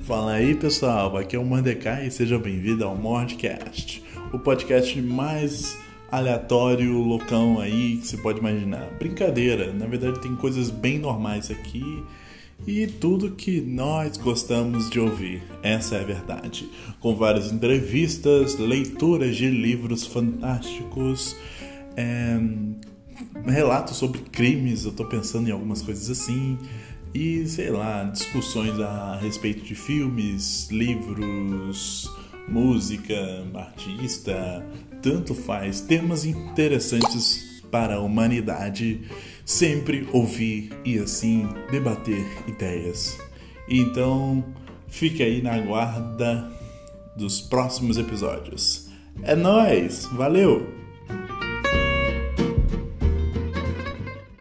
Fala aí pessoal, aqui é o Mordecai e seja bem-vindo ao Mordcast, o podcast mais aleatório, loucão aí que você pode imaginar. Brincadeira, na verdade tem coisas bem normais aqui e tudo que nós gostamos de ouvir, essa é a verdade. Com várias entrevistas, leituras de livros fantásticos, relatos sobre crimes, eu tô pensando em algumas coisas assim. E, sei lá, discussões a respeito de filmes, livros, música, artista, tanto faz. Temas interessantes para a humanidade, sempre ouvir e assim debater ideias. Então, fique aí na guarda dos próximos episódios. É nóis! Valeu!